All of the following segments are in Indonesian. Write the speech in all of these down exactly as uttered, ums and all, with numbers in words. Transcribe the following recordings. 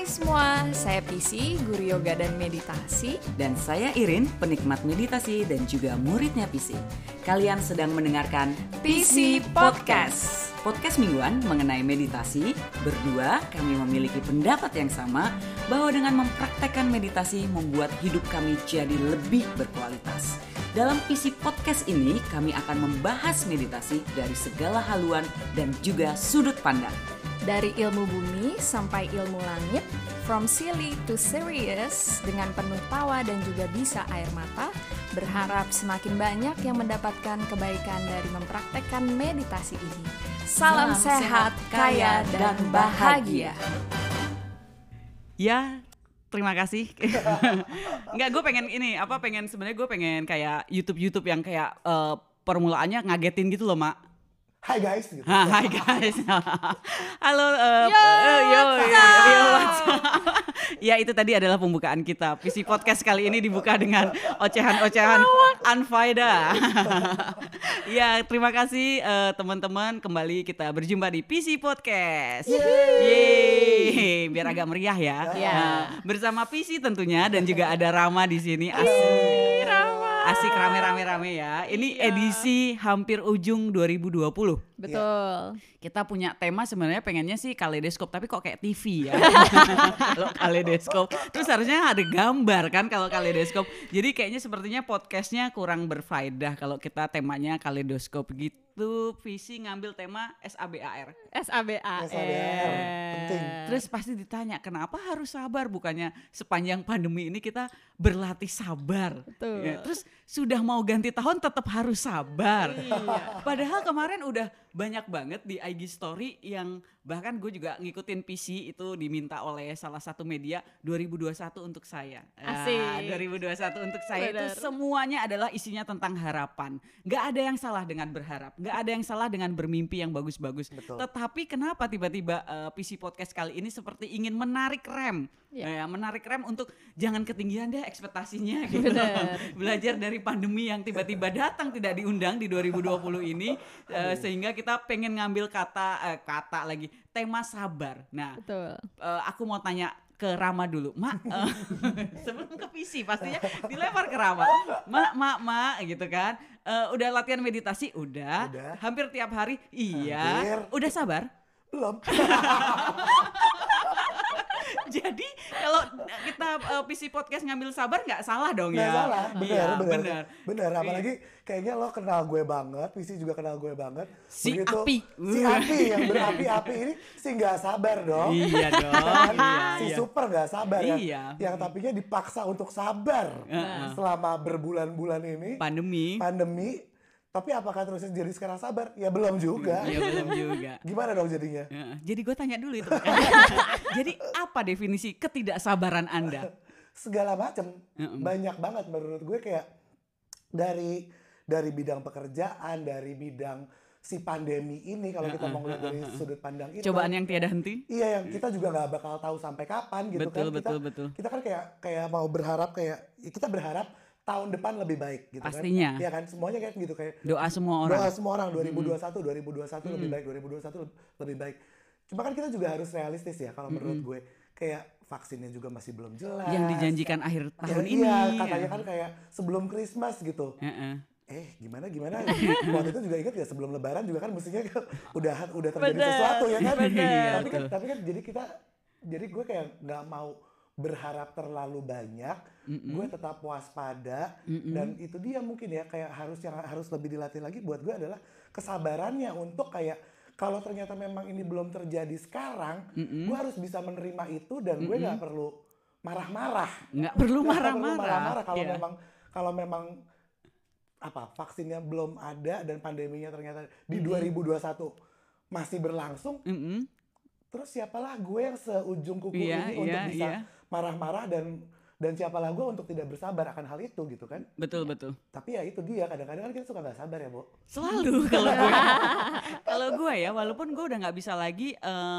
semua, saya Pisi, guru yoga dan meditasi. Dan saya Irin, penikmat meditasi dan juga muridnya Pisi. Kalian sedang mendengarkan Pisi Podcast. Podcast mingguan mengenai meditasi. Berdua kami memiliki pendapat yang sama bahwa dengan mempraktekkan meditasi membuat hidup kami jadi lebih berkualitas. Dalam Pisi Podcast ini kami akan membahas meditasi dari segala haluan dan juga sudut pandang. Dari ilmu bumi sampai ilmu langit, from silly to serious, dengan penuh tawa dan juga bisa air mata, berharap semakin banyak yang mendapatkan kebaikan dari mempraktekkan meditasi ini. Salam, Salam sehat, kaya, dan bahagia. Ya, terima kasih. Enggak, gue pengen ini, apa pengen sebenarnya gue pengen kayak YouTube-YouTube yang kayak uh, permulaannya ngagetin gitu loh, Mak. Hai guys gitu. Ha, hai guys. Halo uh, yo, uh, yo, what's yo, up? yo, what's up? Ya, itu tadi adalah pembukaan kita. Pisi Podcast kali ini dibuka dengan ocehan-ocehan unfaedah. Ya, terima kasih uh, teman-teman, kembali kita berjumpa di Pisi Podcast. Yeay. Yeay, biar agak meriah ya. Yeah. Nah, bersama Pisi tentunya dan juga ada Rama di sini. Asik. Yeay, Rama. Asik rame-rame-rame ya. Ini iya. edisi hampir ujung dua ribu dua puluh. Betul. Kita punya tema sebenarnya pengennya sih kaleidoskop, tapi kok kayak T V ya. Kalau kaleidoskop, terus harusnya ada gambar kan kalau kaleidoskop. Jadi kayaknya sepertinya podcastnya kurang berfaedah kalau kita temanya kaleidoskop gitu. Visi ngambil tema S A B A R. S A B A S A B A R, penting. Terus pasti ditanya kenapa harus sabar, bukannya sepanjang pandemi ini kita berlatih sabar. Betul. Ya, terus sudah mau ganti tahun tetap harus sabar. Iya. Padahal kemarin udah banyak banget di I G story yang bahkan gue juga ngikutin P C itu diminta oleh salah satu media dua ribu dua puluh satu untuk saya. Asik. Nah, dua ribu dua puluh satu untuk saya Benar. itu semuanya adalah isinya tentang harapan. Gak ada yang salah dengan berharap, gak ada yang salah dengan bermimpi yang bagus-bagus. Betul. Tetapi kenapa tiba-tiba uh, P C Podcast kali ini seperti ingin menarik rem, Ya. ya, menarik rem untuk jangan ketinggian deh ekspektasinya gitu. Benar. Belajar dari pandemi yang tiba-tiba datang tidak diundang di dua ribu dua puluh ini, uh, sehingga kita pengen ngambil kata uh, kata lagi tema sabar. Nah, Betul. uh, aku mau tanya ke Rama dulu, Mak. Uh, sebelum ke P C pastinya dilempar ke Rama. Mak, Mak, Mak, gitu kan. Uh, udah latihan meditasi? Udah. Udah. Hampir tiap hari? Iya. Hampir. Udah sabar? Belum. Jadi kalau kita uh, P C Podcast ngambil sabar nggak salah dong Nggak ya? salah, benar, Iya, benar, benar. benar. Apalagi kayaknya lo kenal gue banget, Visi juga kenal gue banget. Si Begitu, api. Si api yang berapi-api ini si nggak sabar dong. Iya dong. Kan? Iya, Si iya. super nggak sabar ya. Iya. Yang tapinya dipaksa untuk sabar Heeh. selama berbulan-bulan ini Pandemi. pandemi. Tapi apakah terusnya jadi sekarang sabar? Ya belum juga. Iya, belum juga. Gimana dong jadinya? Heeh. Jadi gue tanya dulu itu. Jadi apa definisi ketidaksabaran Anda? Segala macam, Mm-mm. banyak banget menurut gue, kayak dari dari bidang pekerjaan, dari bidang si pandemi ini, kalau kita mau ngeliat dari sudut pandang itu. Cobaan yang tiada henti? Iya, yang kita juga nggak bakal tahu sampai kapan gitu. Betul, kan. betul, kita, betul. Kita kan kayak kayak mau berharap, kayak kita berharap tahun depan lebih baik gitu. Pastinya. kan. Iya kan, semuanya kayak gitu, kayak Doa semua orang. doa semua orang dua ribu dua puluh satu, dua ribu dua puluh satu lebih baik, dua ribu dua puluh satu lebih baik. Cuma kan kita juga harus realistis ya kalau menurut gue. Kayak vaksinnya juga masih belum jelas. Yang dijanjikan akhir Ya, tahun iya, ini. katanya kan kayak sebelum Christmas gitu. Heeh. Eh, gimana gimana? Waktu itu juga ingat ya, sebelum Lebaran juga kan mestinya udah udah terjadi Bener, sesuatu ya kan. bener. Tapi kan tapi kan jadi kita jadi gue kayak nggak mau berharap terlalu banyak. Mm-mm. Gue tetap waspada. Mm-mm. Dan itu dia mungkin ya, kayak harus yang harus lebih dilatih lagi buat gue adalah kesabarannya untuk kayak kalau ternyata memang ini belum terjadi sekarang, Mm-mm. gue harus bisa menerima itu dan gue nggak perlu marah-marah. Nggak perlu Nggak perlu marah-marah. marah-marah kalau Iya. memang kalau memang apa vaksinnya belum ada dan pandeminya ternyata di dua ribu dua puluh satu masih berlangsung, Mm-mm. terus siapalah gue yang seujung kuku Iya, ini untuk iya, bisa iya. marah-marah dan dan siapalah gue untuk tidak bersabar akan hal itu gitu kan. Betul, betul. Tapi ya itu dia, kadang-kadang kan kita suka nggak sabar ya, Bo. Selalu kalau gue. Kalau gue ya, walaupun gue udah nggak bisa lagi uh,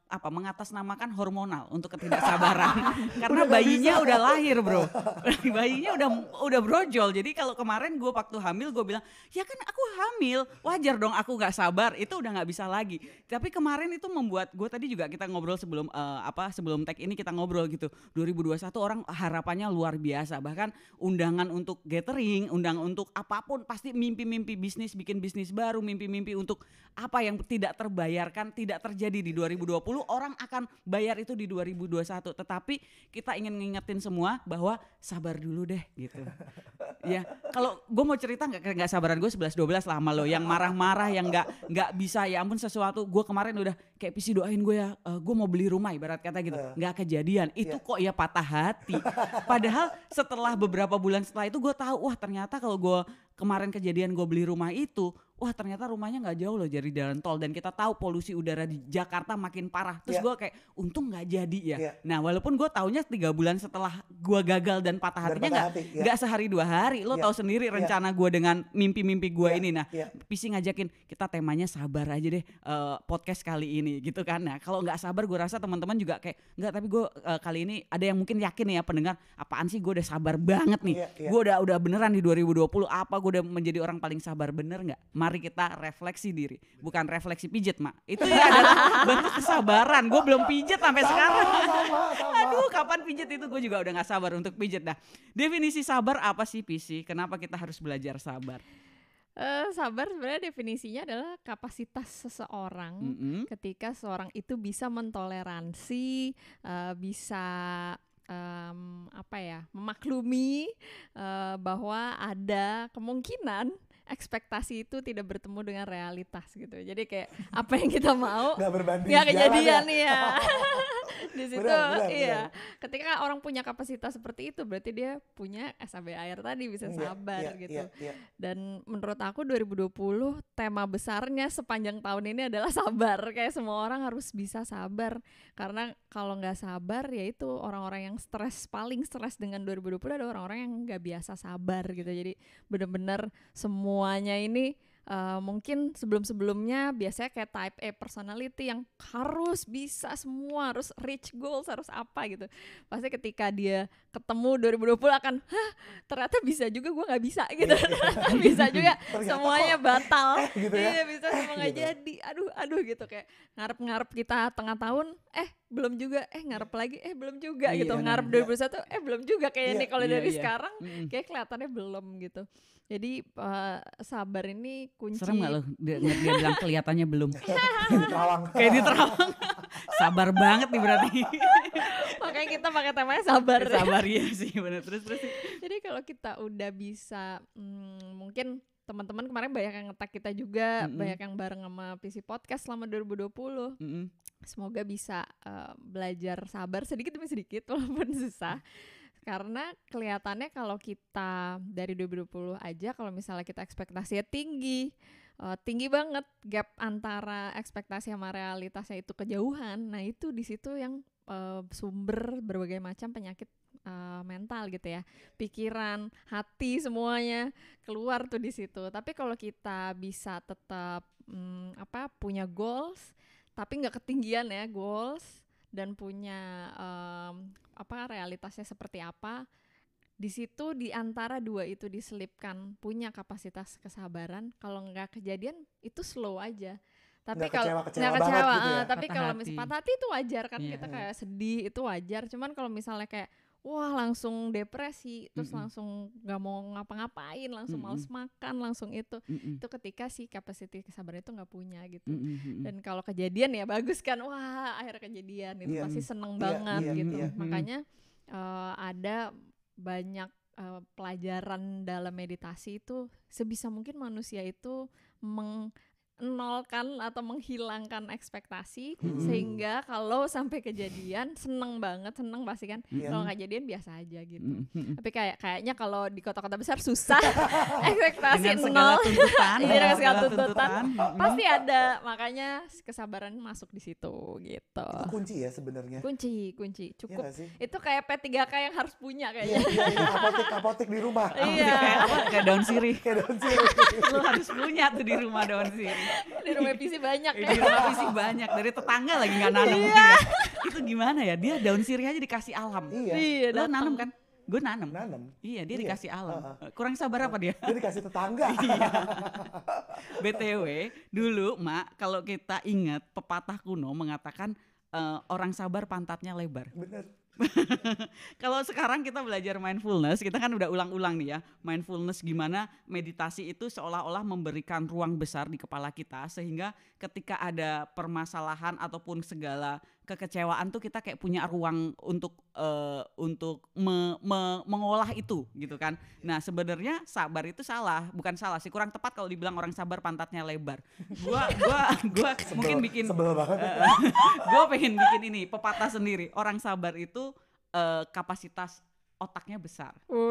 apa mengatasnamakan hormonal untuk ketidaksabaran karena bayinya udah lahir bro, bayinya udah udah brojol. Jadi kalau kemarin gue waktu hamil gue bilang ya kan aku hamil wajar dong aku nggak sabar, itu udah nggak bisa lagi. Tapi kemarin itu membuat gue tadi juga kita ngobrol sebelum uh, apa sebelum tag ini kita ngobrol gitu. dua ribu dua puluh satu orang harapannya luar biasa, bahkan undangan untuk gathering, undangan untuk apapun pasti mimpi-mimpi bisnis, bikin bisnis baru, mimpi-mimpi untuk apa yang tidak terbayarkan tidak terjadi di dua ribu dua puluh. Orang akan bayar itu di dua ribu dua puluh satu, tetapi kita ingin ngingetin semua bahwa sabar dulu deh gitu. Ya, kalau gue mau cerita nggak nggak sabaran gue sebelas dua belas lama loh, yang marah-marah, yang nggak nggak bisa, ya ampun sesuatu. Gue kemarin udah kayak Pisi doain gue ya, uh, gue mau beli rumah ibarat kata gitu, nggak kejadian. Itu kok ya patah hati. Padahal setelah beberapa bulan setelah itu gue tahu, wah ternyata kalau gue kemarin kejadian gue beli rumah itu, wah ternyata rumahnya nggak jauh loh dari jalan tol, dan kita tahu polusi udara di Jakarta makin parah. Terus yeah. gue kayak untung nggak jadi ya. Yeah. Nah walaupun gue taunya tiga bulan setelah gue gagal dan patah hatinya nggak nggak yeah. sehari dua hari. Lo yeah. tahu sendiri rencana yeah. gue dengan mimpi-mimpi gue yeah. ini. Nah yeah. Pisi ngajakin kita temanya sabar aja deh uh, podcast kali ini gitu kan. Nah kalau nggak sabar gue rasa teman-teman juga kayak nggak, tapi gue uh, kali ini ada yang mungkin yakin ya pendengar, apaan sih gue udah sabar banget nih. Yeah. Yeah. Gue udah udah beneran di dua ribu dua puluh apa gue udah menjadi orang paling sabar, bener nggak? Mari kita refleksi diri, bukan refleksi pijet mak. Itu ya adalah bentuk kesabaran. Gue belum pijet sampai sama, sekarang. Sama, sama. Aduh, kapan pijet itu gue juga udah nggak sabar untuk pijet dah. Definisi sabar apa sih Pisi? Kenapa kita harus belajar sabar? Uh, sabar sebenarnya definisinya adalah kapasitas seseorang mm-hmm. ketika seorang itu bisa mentoleransi, uh, bisa Um, apa ya memaklumi uh, bahwa ada kemungkinan ekspektasi itu tidak bertemu dengan realitas gitu. Jadi kayak apa yang kita mau nggak kejadian nih ya. Di situ benar, benar, iya. Benar. Ketika orang punya kapasitas seperti itu berarti dia punya S A B air tadi, bisa sabar yeah, yeah, gitu. Yeah, yeah. Dan menurut aku dua ribu dua puluh tema besarnya sepanjang tahun ini adalah sabar. Kayak semua orang harus bisa sabar, karena kalau nggak sabar ya itu orang-orang yang stres, paling stres dengan dua ribu dua puluh ada orang-orang yang nggak biasa sabar gitu. Jadi benar-benar semuanya ini Uh, mungkin sebelum-sebelumnya biasanya kayak type A personality yang harus bisa semua, harus reach goals, harus apa gitu. Pasti ketika dia ketemu dua ribu dua puluh akan, hah ternyata bisa juga gue gak bisa gitu. Bisa juga semuanya batal, eh, gitu ya? Iya bisa semua eh, gak gitu. Jadi, aduh aduh gitu kayak ngarep-ngarep kita tengah tahun, eh belum juga, eh ngarep lagi, eh belum juga iya, gitu. Ngarep dua ribu dua puluh satu, eh belum juga kayaknya iya, nih kalau iya, dari iya. sekarang kayak kelihatannya belum gitu. Jadi uh, sabar ini kunci. Serem gak lo dia, dia bilang kelihatannya belum? Diterawang. Kayak diterawang. Sabar banget nih berarti. Makanya kita pakai temanya sabar. Sabar ya sih benar, terus terus. Jadi kalau kita udah bisa hmm, mungkin teman-teman kemarin banyak yang nge-tag kita juga, mm-hmm. banyak yang bareng sama P C Podcast selama dua ribu dua puluh. Mm-hmm. Semoga bisa uh, belajar sabar sedikit demi sedikit walaupun susah. Karena kelihatannya kalau kita dari dua ribu dua puluh aja, kalau misalnya kita ekspektasinya tinggi, uh, tinggi banget, gap antara ekspektasi sama realitasnya itu kejauhan. Nah itu di situ yang uh, sumber berbagai macam penyakit uh, mental gitu ya, pikiran, hati semuanya keluar tuh di situ. Tapi kalau kita bisa tetap um, apa punya goals, tapi nggak ketinggian ya goals, dan punya um, apa realitasnya seperti apa, di situ di antara dua itu diselipkan punya kapasitas kesabaran. Kalau nggak kejadian itu slow aja. Tapi kalau nggak kecewa, kecewa gitu ya? Tapi kalau misalnya patah hati itu wajar kan, yeah. Kita kayak sedih itu wajar. Cuman kalau misalnya kayak wah langsung depresi, terus mm-hmm. langsung nggak mau ngapa-ngapain, langsung mm-hmm. males makan, langsung itu, mm-hmm. itu ketika si kapasitas kesabaran itu nggak punya gitu. Mm-hmm. Dan kalau kejadian ya bagus kan, wah akhirnya kejadian itu yeah. pasti seneng yeah, banget yeah, gitu. Yeah, Makanya uh, ada banyak uh, pelajaran dalam meditasi itu sebisa mungkin manusia itu meng nolkan atau menghilangkan ekspektasi, hmm. sehingga kalau sampai kejadian seneng banget, seneng pasti kan, yeah. Kalau nggak jadian biasa aja gitu. Hmm. Tapi kayak kayaknya kalau di kota-kota besar susah ekspektasi dengan nol, tuntutan, dengan segala tuntutan, tuntutan pasti ada, makanya kesabaran masuk di situ gitu. Itu kunci ya sebenarnya. Kunci, kunci cukup. Ya, itu kayak P tiga K yang harus punya kayaknya. Iya, iya, iya. apotek, apotek di rumah. Iya. Kayak apa? Kayak daun sirih. Kayak daun sirih. Lu harus punya tuh di rumah daun sirih. Di rumah P C banyak ya. Di rumah P C banyak, dari tetangga lagi nggak nanam. Iya. Itu gimana ya? Dia daun sirih aja dikasih alam. Iya. Iya, Lo datang. nanam kan? Gue nanam. Nanam. Iya, dia Iya. dikasih alam. Uh-uh. Kurang sabar apa dia? Dia dikasih tetangga. Iya. B T W, dulu Mak, kalau kita ingat pepatah kuno mengatakan uh, orang sabar pantatnya lebar. Bener. Kalau sekarang kita belajar mindfulness, kita kan udah ulang-ulang nih ya, mindfulness gimana meditasi itu seolah-olah memberikan ruang besar di kepala kita sehingga ketika ada permasalahan ataupun segala kekecewaan tuh kita kayak punya ruang untuk uh, untuk me, me, mengolah itu gitu kan. Nah sebenarnya sabar itu salah, bukan salah sih, kurang tepat kalau dibilang orang sabar pantatnya lebar. Gua gua gua Sebel, mungkin bikin sebel banget. Uh, gue pengen bikin ini pepatah sendiri. Orang sabar itu uh, kapasitas otaknya besar.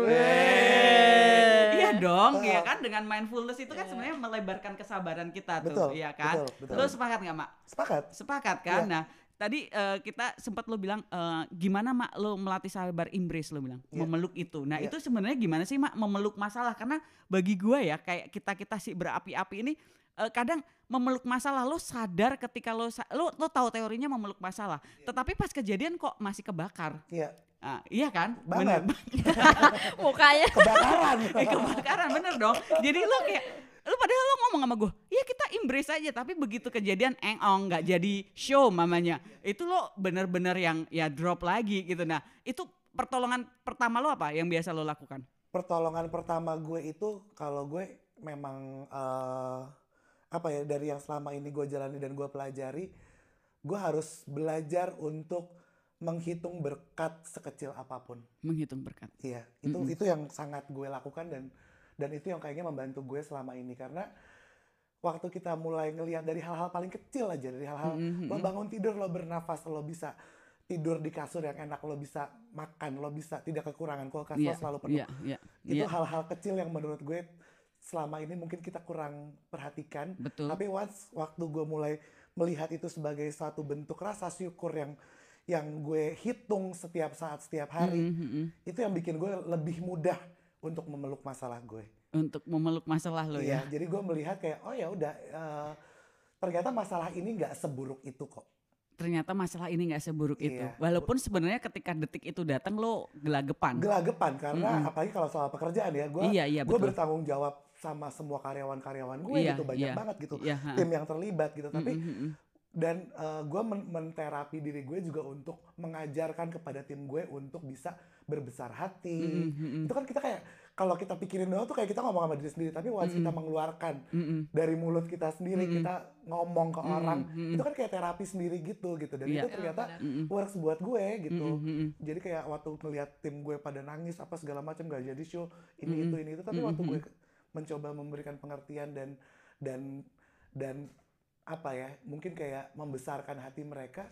Wih. Iya dong, Betul. ya kan dengan mindfulness itu kan sebenarnya melebarkan kesabaran kita tuh, Betul, iya kan? betul, betul. Lo sepakat nggak Mak? Sepakat. Sepakat kan? Iya. Nah tadi uh, kita sempat lo bilang uh, gimana Mak lo melatih sabar, embrace lo bilang Iya. memeluk itu. Nah Iya. itu sebenarnya gimana sih Mak memeluk masalah? Karena bagi gue ya kayak kita kita sih berapi-api ini. Uh, kadang memeluk masalah lo sadar ketika lo lo lo tahu teorinya memeluk masalah, tetapi pas kejadian kok masih kebakar. Iya. Ah, iya kan? Banget. Bener. Mukanya. Kebakaran. Eh, kebakaran bener dong. Jadi lo kayak lo padahal lo ngomong sama gue, iya kita embrace aja, tapi begitu kejadian engong nggak jadi show mamanya. Itu lo bener-bener yang ya drop lagi gitu. Nah itu pertolongan pertama lo apa yang biasa lo lakukan? Pertolongan pertama gue itu kalau gue memang uh, apa ya, dari yang selama ini gue jalani dan gue pelajari, gue harus belajar untuk menghitung berkat sekecil apapun. Menghitung berkat. Iya, itu Mm-mm. itu yang sangat gue lakukan dan dan itu yang kayaknya membantu gue selama ini, karena waktu kita mulai ngelihat dari hal-hal paling kecil aja, dari hal-hal Mm-mm. lo bangun tidur, lo bernafas, lo bisa tidur di kasur yang enak, lo bisa makan, lo bisa tidak kekurangan, kulkas lo Iya, selalu penuh. iya, iya, Itu iya. hal-hal kecil yang menurut gue selama ini mungkin kita kurang perhatikan. Betul. Tapi once waktu gue mulai melihat itu sebagai suatu bentuk rasa syukur yang yang gue hitung setiap saat, setiap hari, Mm, mm, mm. itu yang bikin gue lebih mudah untuk memeluk masalah gue. Untuk memeluk masalah lo Iya, ya. jadi gue melihat kayak oh ya udah, eh, ternyata masalah ini nggak seburuk itu kok. Ternyata masalah ini nggak seburuk Iya. itu. Walaupun sebenarnya ketika detik itu datang lo gelagepan. Gelagepan karena Mm-mm. apalagi kalau soal pekerjaan ya, gue Iya, iya, gue betul. bertanggung jawab sama semua karyawan-karyawan gue Iya, gitu, banyak iya. banget gitu, Iya, ha. tim yang terlibat gitu. Tapi Mm, mm, mm. dan uh, gue men- menterapi diri gue juga untuk mengajarkan kepada tim gue untuk bisa berbesar hati. Mm, mm, mm. Itu kan kita kayak kalau kita pikirin doang tuh kayak kita ngomong sama diri sendiri, tapi once Mm-mm. kita mengeluarkan Mm, mm. dari mulut kita sendiri, Mm-mm. kita ngomong ke Mm-mm, orang, mm-mm. itu kan kayak terapi sendiri gitu gitu. Dan Iya. itu ternyata Benar. Mm, mm. works buat gue gitu. Mm, mm, mm. Jadi kayak waktu ngeliat tim gue pada nangis apa segala macam gak jadi show ini Mm-mm. itu ini itu, tapi Mm-mm. waktu gue mencoba memberikan pengertian dan dan dan apa ya, mungkin kayak membesarkan hati mereka,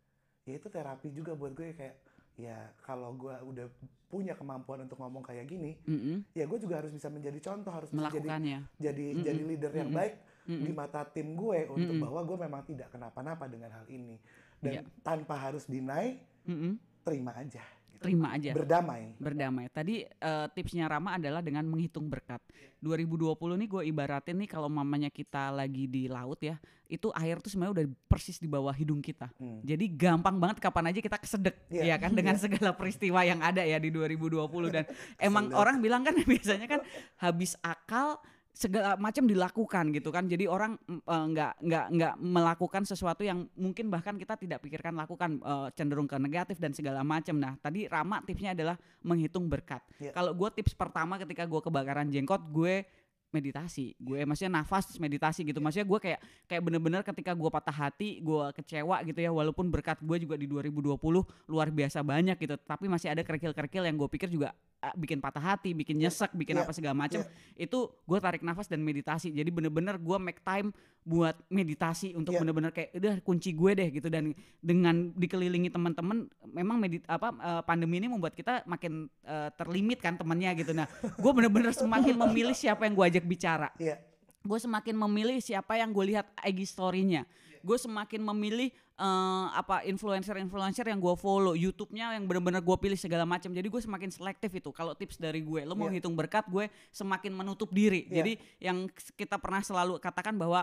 ya itu terapi juga buat gue. Kayak ya kalau gue udah punya kemampuan untuk ngomong kayak gini, Mm, mm. ya gue juga harus bisa menjadi contoh, harus bisa jadi Melakukannya. jadi Mm-mm. jadi leader yang Mm-mm. baik Mm-mm. di mata tim gue untuk Mm-mm. bahwa gue memang tidak kenapa-napa dengan hal ini, dan Iya. tanpa harus deny, Mm, mm. terima aja, gitu. Terima aja. Berdamai. Berdamai. Tadi eh, tipsnya Rama adalah dengan menghitung berkat. dua ribu dua puluh nih gue ibaratin nih kalau mamanya kita lagi di laut ya, itu air tuh sebenarnya udah persis di bawah hidung kita. Hmm. Jadi gampang banget kapan aja kita kesedek, Iya. ya kan, dengan segala peristiwa yang ada ya di dua ribu dua puluh. Dan emang orang bilang kan biasanya kan habis akal segala macam dilakukan gitu kan. Jadi orang mm, eh, nggak nggak nggak melakukan sesuatu yang mungkin bahkan kita tidak pikirkan lakukan, eh, cenderung ke negatif dan segala macam. Nah tadi Rama tipsnya adalah menghitung berkat. Iya. Kalau gue tips pertama ketika gue kebakaran jenggot, gue meditasi, gue maksudnya nafas meditasi gitu. Maksudnya gue kayak kayak bener-bener ketika gue patah hati, gue kecewa gitu ya, walaupun berkat gue juga di dua ribu dua puluh luar biasa banyak gitu, tapi masih ada kerikil-kerikil yang gue pikir juga ah, bikin patah hati, bikin nyesek, bikin Iya. apa segala macam. Iya. Itu gue tarik nafas dan meditasi. Jadi bener-bener gue make time buat meditasi untuk Iya. bener-bener kayak udah kunci gue deh gitu. Dan dengan dikelilingi teman-teman, memang medit apa eh, pandemi ini membuat kita makin eh, terlimit kan temannya gitu. Nah gue bener-bener semakin memilih siapa yang gue ajak bicara. Iya. Gue semakin memilih siapa yang gue lihat I G story-nya. Gue semakin memilih eh, apa influencer-influencer yang gue follow, YouTube-nya yang benar-benar gue pilih segala macam. Jadi gue semakin selektif itu. Kalau tips dari gue, lo mau Iya. hitung berkat, gue semakin menutup diri. Iya. Jadi yang kita pernah selalu katakan bahwa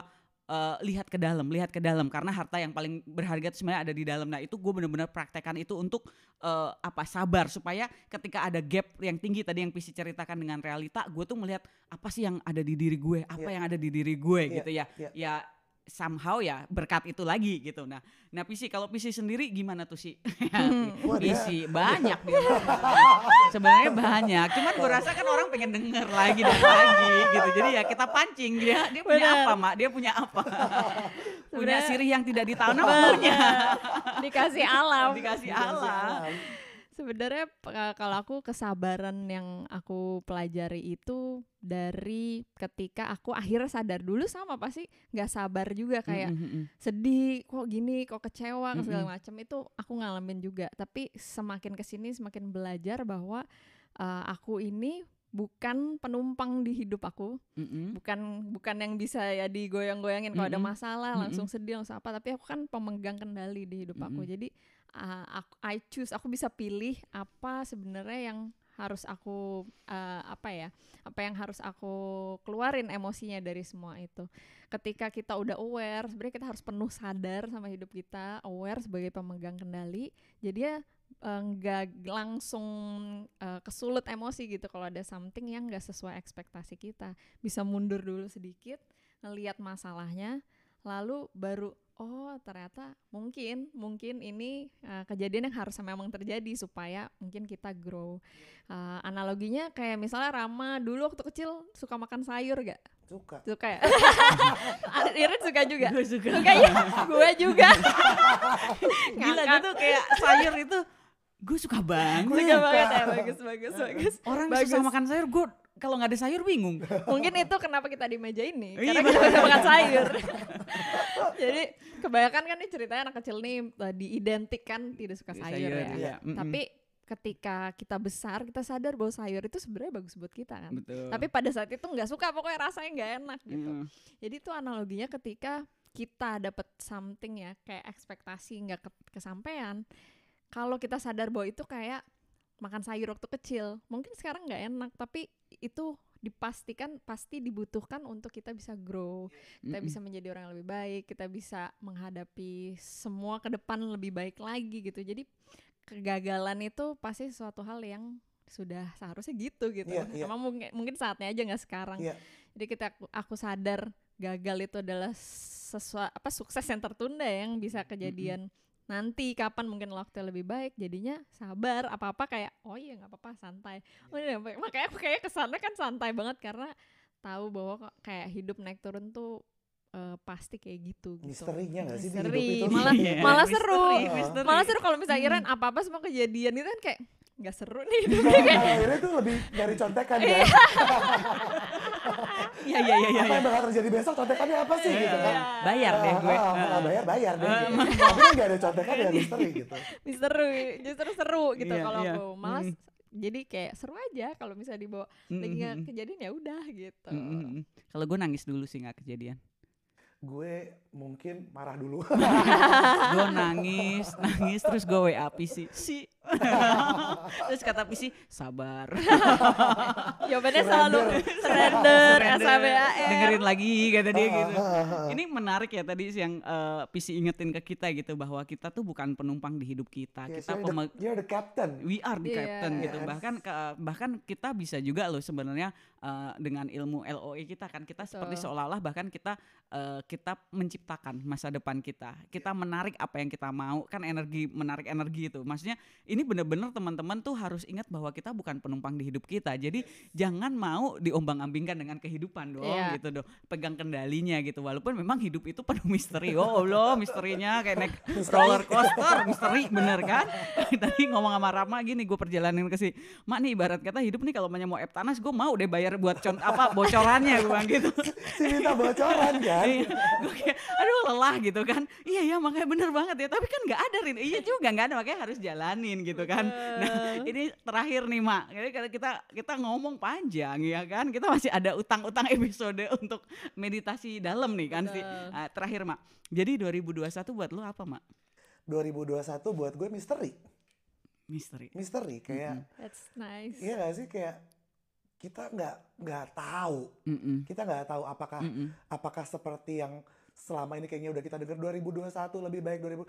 uh, lihat ke dalam, lihat ke dalam karena harta yang paling berharga itu sebenarnya ada di dalam. Nah itu gue benar-benar praktekkan itu untuk uh, apa sabar supaya ketika ada gap yang tinggi tadi yang Pisi ceritakan dengan realita, gue tuh melihat apa sih yang ada di diri gue, apa yeah. yang ada di diri gue yeah. gitu ya, yeah. ya somehow ya berkat itu lagi gitu. Nah, nah Pisi kalau Pisi sendiri gimana tuh sih? Hmm, Pisi banyak dia. Sebenarnya banyak. Cuman gue rasa kan orang pengen denger lagi dan lagi gitu. Jadi ya kita pancing dia. Dia punya Bener. apa, Mak? Dia punya apa? Punya sirih yang tidak ditanam punya. Dikasih alam. Dikasih alam. Sebenarnya kalau aku kesabaran yang aku pelajari itu dari ketika aku akhirnya sadar. Dulu sama pasti nggak sabar juga kayak mm-hmm. sedih kok gini kok kecewa mm-hmm. segala macam itu aku ngalamin juga. Tapi semakin kesini semakin belajar bahwa uh, aku ini bukan penumpang di hidup aku, mm-hmm. bukan bukan yang bisa ya digoyang-goyangin kalau mm-hmm. ada masalah mm-hmm. langsung sedih langsung apa. Tapi aku kan pemegang kendali di hidup mm-hmm. aku. Jadi Uh, aku, I choose, aku bisa pilih apa sebenarnya yang harus aku uh, apa ya, apa yang harus aku keluarin emosinya dari semua itu. Ketika kita udah aware, sebenarnya kita harus penuh sadar sama hidup kita, aware sebagai pemegang kendali. Jadi ya nggak uh, langsung uh, kesulut emosi gitu kalau ada something yang nggak sesuai ekspektasi kita. Bisa mundur dulu sedikit, ngelihat masalahnya, lalu baru oh ternyata mungkin mungkin ini uh, kejadian yang harus memang terjadi supaya mungkin kita grow. Uh, analoginya kayak misalnya Rama dulu waktu kecil suka makan sayur gak? Suka. Suka ya? Irin suka juga? Gue suka. Suka ya? Gue juga. Gila gitu kayak sayur itu gue suka banget. Suka banget ya, bagus bagus bagus. Orang bagus. Susah makan sayur, gue kalau nggak ada sayur bingung. Mungkin itu kenapa kita di meja ini, karena kita bisa makan sayur. Jadi kebanyakan kan nih ceritanya anak kecil nih diidentikan tidak suka sayur, sayur ya. ya. Tapi ketika kita besar kita sadar bahwa sayur itu sebenarnya bagus buat kita kan. Betul. Tapi pada saat itu nggak suka, pokoknya rasanya nggak enak gitu. Mm. Jadi itu analoginya ketika kita dapat something ya kayak ekspektasi nggak kesampaian. Kalau kita sadar bahwa itu kayak makan sayur waktu kecil, mungkin sekarang nggak enak, tapi itu dipastikan pasti dibutuhkan untuk kita bisa grow, kita mm-hmm. bisa menjadi orang yang lebih baik, kita bisa menghadapi semua ke depan lebih baik lagi gitu. Jadi kegagalan itu pasti suatu hal yang sudah seharusnya gitu gitu. Yeah, yeah. Emang mungkin, mungkin saatnya aja nggak sekarang. Yeah. Jadi kita aku sadar gagal itu adalah sesuatu apa sukses yang tertunda yang bisa kejadian. Mm-hmm. Nanti kapan mungkin waktu lebih baik, jadinya sabar, apa-apa kayak oh iya nggak apa-apa santai. Oh iya, makanya aku kayak kesannya kan santai banget karena tahu bahwa kayak hidup naik turun tuh uh, pasti kayak gitu. Misterinya nggak sih di hidup itu? Malah yeah. malah seru, misteri. malah seru kalau misalnya Iren hmm. apa-apa semua kejadian itu kan kayak nggak seru nih hidupnya kayak. Akhirnya tuh lebih dari contekan ya. Iya iya iya. Apa yang bakal terjadi besok contekannya apa sih gitu kan? Bayar deh gue. Nggak bayar bayar deh. Tapi kan nggak ada contekan ya misteri gitu. Misteri justru seru gitu kalau aku malah. Jadi kayak seru aja kalau misalnya dibawa lagi nggak kejadian ya udah gitu. Kalau gue nangis dulu sih nggak kejadian. Gue mungkin marah dulu. Gue nangis, nangis terus gue W A Pisi. Si. Terus kata Pisi, sabar. Jawabannya selalu surrender, S A B A R. Dengerin lagi kata dia gitu. Ini menarik ya tadi yang uh, Pisi ingetin ke kita gitu bahwa kita tuh bukan penumpang di hidup kita. Yes, kita you're, pemeg- the, you're the captain. We are the yeah. captain gitu. Yes. Bahkan ke, bahkan kita bisa juga loh sebenarnya uh, dengan ilmu L O E kita kan kita Betul. Seperti seolah-olah bahkan kita uh, kita menciptakan masa depan kita. Kita menarik apa yang kita mau, kan energi menarik energi itu. Maksudnya ini benar-benar teman-teman tuh harus ingat bahwa kita bukan penumpang di hidup kita. Jadi jangan mau diombang-ambingkan dengan kehidupan dong yeah. gitu dong. Pegang kendalinya gitu. Walaupun memang hidup itu penuh misteri. Oh Allah, misterinya kayak naik roller coaster, misteri bener kan? Tadi ngomong sama Rama gini, gue perjalanan ke sini. Mak nih ibarat kata hidup nih kalau mau Eptanas gue mau deh bayar buat con- apa bocorannya gue bilang gitu. Si minta bocoran kan? Gue kayak aduh lelah gitu kan. Iya ya makanya bener banget ya. Tapi kan gak ada Rin. Iya juga gak ada, makanya harus jalanin gitu kan. Nah ini terakhir nih Mak. Jadi kalau kita kita ngomong panjang ya kan. Kita masih ada utang-utang episode untuk meditasi dalam nih kan sih. Nah, terakhir Mak. Jadi dua ribu dua puluh satu buat lu apa Mak? dua ribu dua puluh satu buat gue misteri. Misteri. Misteri kayak. Mm-hmm. That's nice. Iya gak sih kayak kita nggak nggak tahu. Mm-mm. Kita nggak tahu apakah Mm-mm. apakah seperti yang selama ini kayaknya udah kita dengar dua ribu dua puluh satu lebih baik dua ribu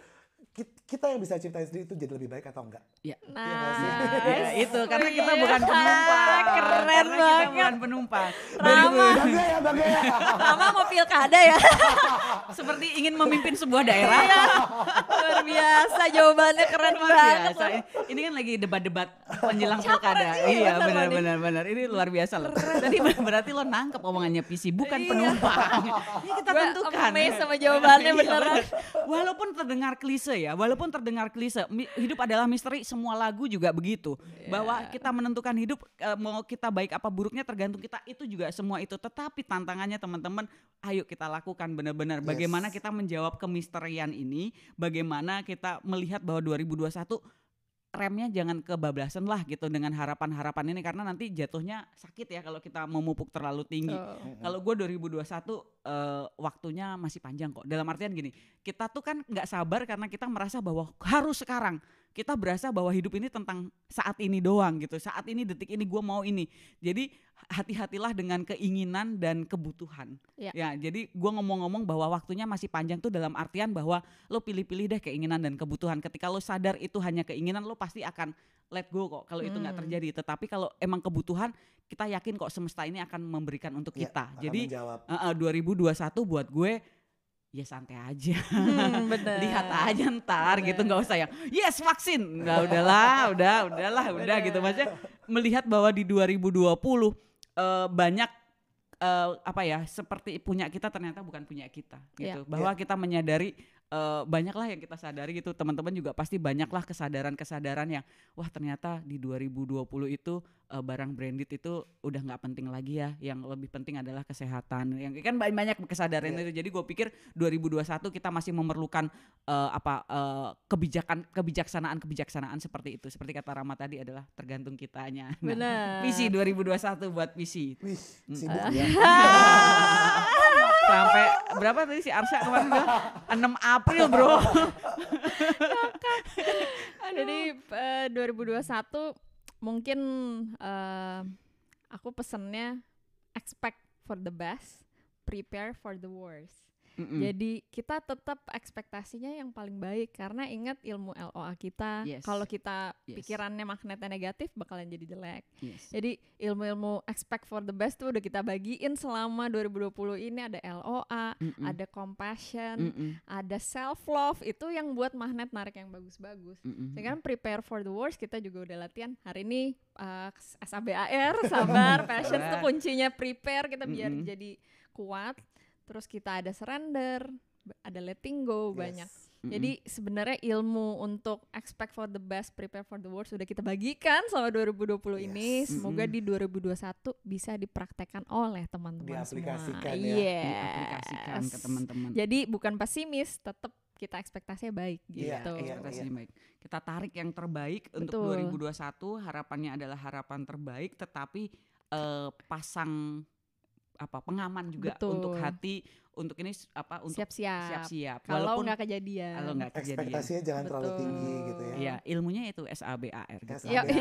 kita yang bisa ciptain sendiri itu jadi lebih baik atau enggak? Ya. Nah, ya, ya, itu karena kita iya. bukan penumpang. Keren karena banget. kita bukan penumpang. Rama, Bangga ya, bangga ya. Rama mau pilkada ya? Seperti ingin memimpin sebuah daerah. Iya. Luar biasa, jawabannya keren Luar banget. biasa. Ini kan lagi debat-debat menjelang pilkada. Iya, benar benar benar. Ini luar biasa loh. Tadi berarti lo nangkep omongannya P C, bukan Iya. penumpang. Ini kita Gue tentukan. amazed sama jawabannya, Iya, beneran. bener. Walaupun terdengar klise ya, walaupun terdengar klise, mi- hidup adalah misteri, semua lagu juga begitu. Bahwa kita menentukan hidup, eh, mau kita baik apa buruknya tergantung kita, itu juga semua itu. Tetapi tantangannya teman-teman, ayo kita lakukan benar-benar. Bagaimana kita menjawab kemisterian ini, bagaimana kita melihat bahwa dua ribu dua puluh satu remnya jangan kebablasan lah gitu dengan harapan-harapan ini, karena nanti jatuhnya sakit ya kalau kita memupuk terlalu tinggi. Oh. Kalau gue dua ribu dua puluh satu uh, waktunya masih panjang kok. Dalam artian gini, kita tuh kan nggak sabar karena kita merasa bahwa harus sekarang. Kita berasa bahwa hidup ini tentang saat ini doang gitu. Saat ini, detik ini gue mau ini. Jadi hati-hatilah dengan keinginan dan kebutuhan. Ya. Ya, jadi gue ngomong-ngomong bahwa waktunya masih panjang tuh dalam artian bahwa lo pilih-pilih deh keinginan dan kebutuhan. Ketika lo sadar itu hanya keinginan, lo pasti akan let go kok kalau itu nggak Hmm. terjadi. Tetapi kalau emang kebutuhan, kita yakin kok semesta ini akan memberikan untuk Ya, kita. akan Jadi menjawab. uh, uh, dua ribu dua puluh satu buat gue ya santai aja. Hmm, bener. Lihat aja ntar Bener. gitu, nggak usah yang yes vaksin. Nah, udahlah, udah, udahlah, udah Bener. gitu. Maksudnya melihat bahwa di dua ribu dua puluh uh, banyak uh, apa ya, seperti punya kita ternyata bukan punya kita gitu. Iya. Bahwa kita menyadari uh, banyaklah yang kita sadari gitu. Teman-teman juga pasti banyaklah kesadaran-kesadaran yang wah ternyata di dua ribu dua puluh itu uh, barang branded itu udah nggak penting lagi ya. Yang lebih penting adalah kesehatan. Yang kan banyak kesadaran Iya. itu. Jadi gue pikir dua ribu dua puluh satu kita masih memerlukan uh, apa uh, kebijakan kebijaksanaan kebijaksanaan seperti itu. Seperti kata Rama tadi adalah tergantung kitanya. Nah, Benar. visi dua ribu dua puluh satu buat visi. Wih, Hmm. sibuk ya. Sampai berapa tadi si Arsya kemarin bilang enam April bro. Jadi eh, dua ribu dua puluh satu mungkin eh, aku pesennya expect for the best, prepare for the worst. Mm-mm. Jadi kita tetap ekspektasinya yang paling baik, karena ingat ilmu L O A kita, Yes. kalau kita Yes. pikirannya magnetnya negatif bakalan jadi jelek. Yes. Jadi ilmu-ilmu expect for the best tuh udah kita bagiin selama dua ribu dua puluh ini. Ada L O A, Mm-mm. ada compassion, Mm-mm. ada self love, itu yang buat magnet narik yang bagus-bagus. Mm-mm. Sekarang prepare for the worst, kita juga udah latihan hari ini uh, S A B A R, sabar, passion Sabar. tuh kuncinya prepare kita biar Mm-mm. jadi kuat. Terus kita ada surrender, b- ada letting go, Yes. banyak. Mm-mm. Jadi sebenarnya ilmu untuk expect for the best, prepare for the worst sudah kita bagikan selama dua ribu dua puluh ini. Yes. Semoga Mm-mm. di dua ribu dua puluh satu bisa dipraktekkan oleh teman-teman semua. Diaplikasikan ya. Yes. Diaplikasikan ke teman-teman. Jadi bukan pesimis, tetap kita ekspektasinya baik Iya, gitu. iya, Ekspektasi baik. Kita tarik yang terbaik untuk Betul. dua ribu dua puluh satu. Harapannya adalah harapan terbaik, tetapi eh, pasang apa pengaman juga Betul. untuk hati, untuk ini s- apa untuk Siap-siap. siap-siap. Kalau Walaupun nggak kejadian. kalau nggak kejadian. Ekspektasinya jangan terlalu Betul. tinggi gitu ya. Iya, ilmunya itu S A B A R gitu. S A Iya. B A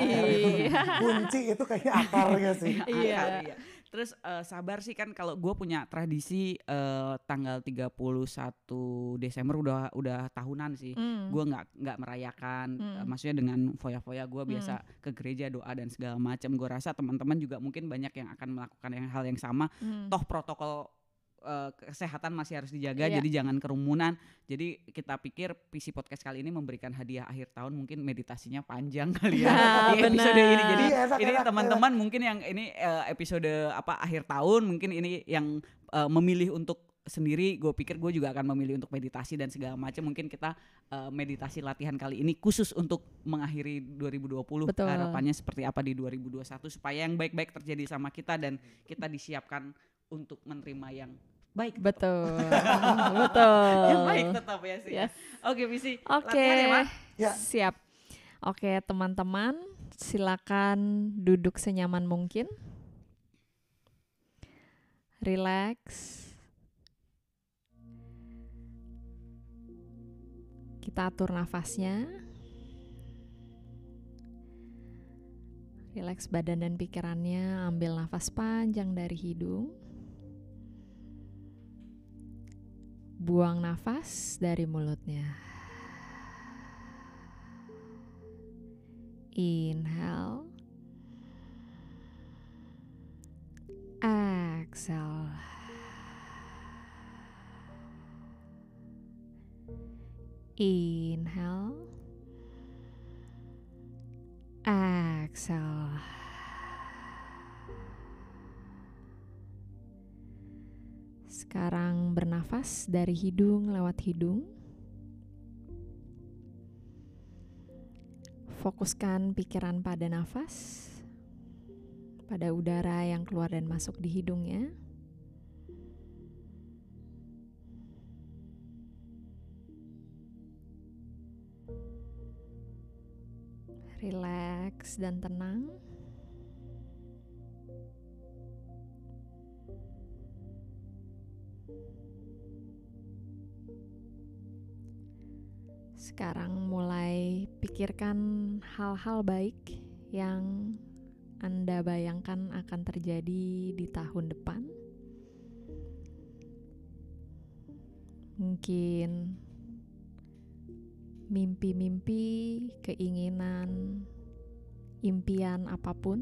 R. Kunci itu kayaknya akarnya sih. Iya. Akar, iya. Terus eh, sabar sih kan, kalau gue punya tradisi eh, tanggal tiga puluh satu Desember udah udah tahunan sih. Hmm. Gue nggak nggak merayakan, Hmm. eh, maksudnya dengan foya-foya gue biasa ke gereja doa dan segala macam. Gue rasa teman-teman juga mungkin banyak yang akan melakukan yang hal yang sama. Hmm. Toh protokol eh, kesehatan masih harus dijaga, Iya. jadi jangan kerumunan. Jadi kita pikir P C Podcast kali ini memberikan hadiah akhir tahun, mungkin meditasinya panjang kali ya Ah, di episode benar. ini. Jadi Iya, enak, ini enak, teman-teman mungkin yang ini eh, episode apa akhir tahun, mungkin ini yang eh, memilih untuk sendiri. Gue pikir gue juga akan memilih untuk meditasi dan segala macam. Mungkin kita eh, meditasi latihan kali ini khusus untuk mengakhiri dua ribu dua puluh. Betul. Harapannya seperti apa di dua ribu dua puluh satu, supaya yang baik-baik terjadi sama kita dan kita disiapkan untuk menerima yang baik. Betul. Betul. Yang baik tetap ya sih. Yes. Oke, Visi. Oke. Latihan ya, Mak? Ya. Siap. Oke, teman-teman, silakan duduk senyaman mungkin. Relax. Kita atur nafasnya. Relax badan dan pikirannya, ambil nafas panjang dari hidung. Buang nafas dari mulutnya. Inhale. Exhale. Inhale. Exhale. Sekarang bernafas dari hidung lewat hidung. Fokuskan pikiran pada nafas, pada udara yang keluar dan masuk di hidungnya. Rileks dan tenang. Sekarang mulai pikirkan hal-hal baik yang Anda bayangkan akan terjadi di tahun depan. Mungkin mimpi-mimpi, keinginan, impian apapun.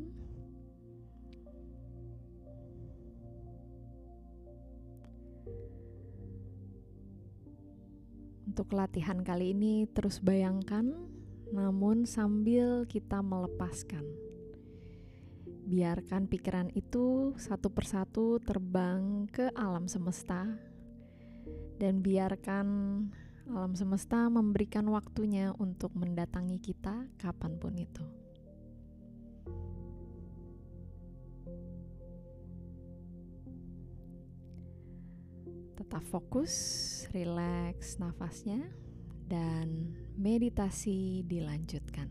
Untuk latihan kali ini terus bayangkan, namun sambil kita melepaskan. Biarkan pikiran itu satu persatu terbang ke alam semesta, dan biarkan alam semesta memberikan waktunya untuk mendatangi kita kapanpun itu. Tetap fokus, rileks nafasnya, dan meditasi dilanjutkan.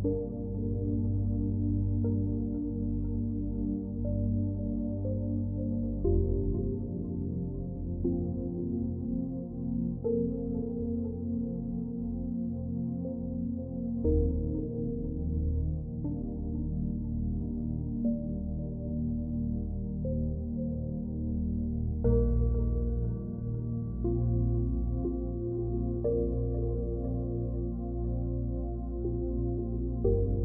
Thank you.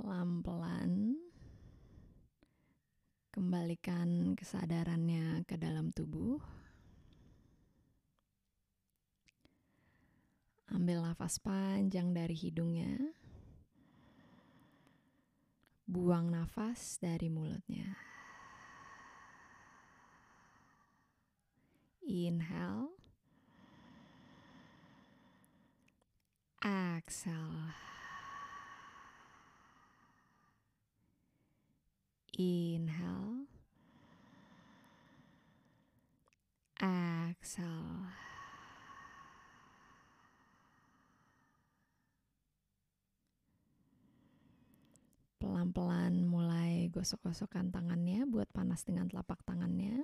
Pelan-pelan kembalikan kesadarannya ke dalam tubuh. Ambil nafas panjang dari hidungnya. Buang nafas dari mulutnya. Inhale. Exhale. Inhale. Exhale. Pelan-pelan mulai gosok-gosokkan tangannya, buat panas dengan telapak tangannya.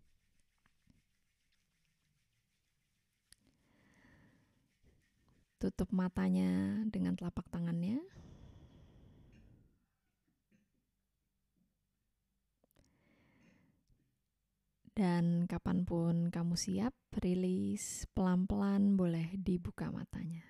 Tutup matanya dengan telapak tangannya. Dan kapanpun kamu siap, rilis pelan-pelan, boleh dibuka matanya.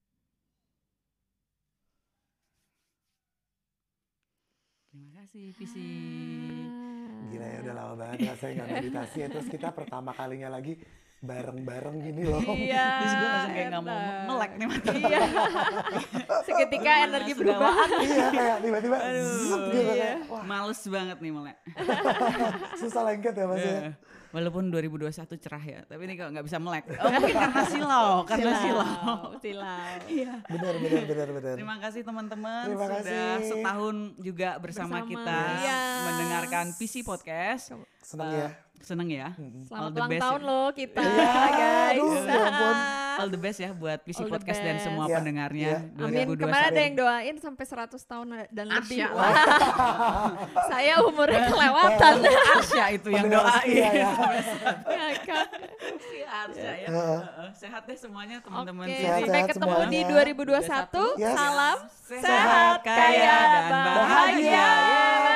Terima kasih, Pisi. Gila ya, udah lama banget rasanya nggak meditasi ya. Terus kita pertama kalinya lagi bareng-bareng gini loh. Iya. Terus gue langsung kayak nggak mau melek nih mata. Iya. Seketika energi berubah. Iya, kayak tiba-tiba zut gitu kayak. Wah, Males banget nih melek. susah lengket ya Mas ya. Eh, Walaupun dua ribu dua puluh satu cerah ya, tapi ini kok nggak bisa melek. Oh mungkin karena silau, karena silau. Silau. Iya. Benar, benar, benar, benar. Terima kasih teman-teman Terima sudah kasih. setahun juga bersama, Bersama. kita Iya. mendengarkan P C Podcast. Senang Uh, ya. Seneng ya. Selamat All the ulang best tahun ya. loh kita, Iya, guys. aduh, ya ampun. All the best ya buat P C All the Podcast dan best. semua Iya, pendengarnya iya. dua Amin. ribu dua puluh satu. Kemarin ada yang doain sampai seratus tahun dan lebih. Arsya. Wah. Saya umurnya kelewatan. Arsya itu yang Pendengar setia doain. ya. Ya kan. Si Arsya ya. Heeh. Heeh. Sehat deh semuanya teman-teman. Oke, Sisi. Sehat, sampai sehat ketemu semuanya. di dua ribu dua puluh satu. Yes. Salam Sehat, sehat, kaya, kaya, dan bahagia. bahagia.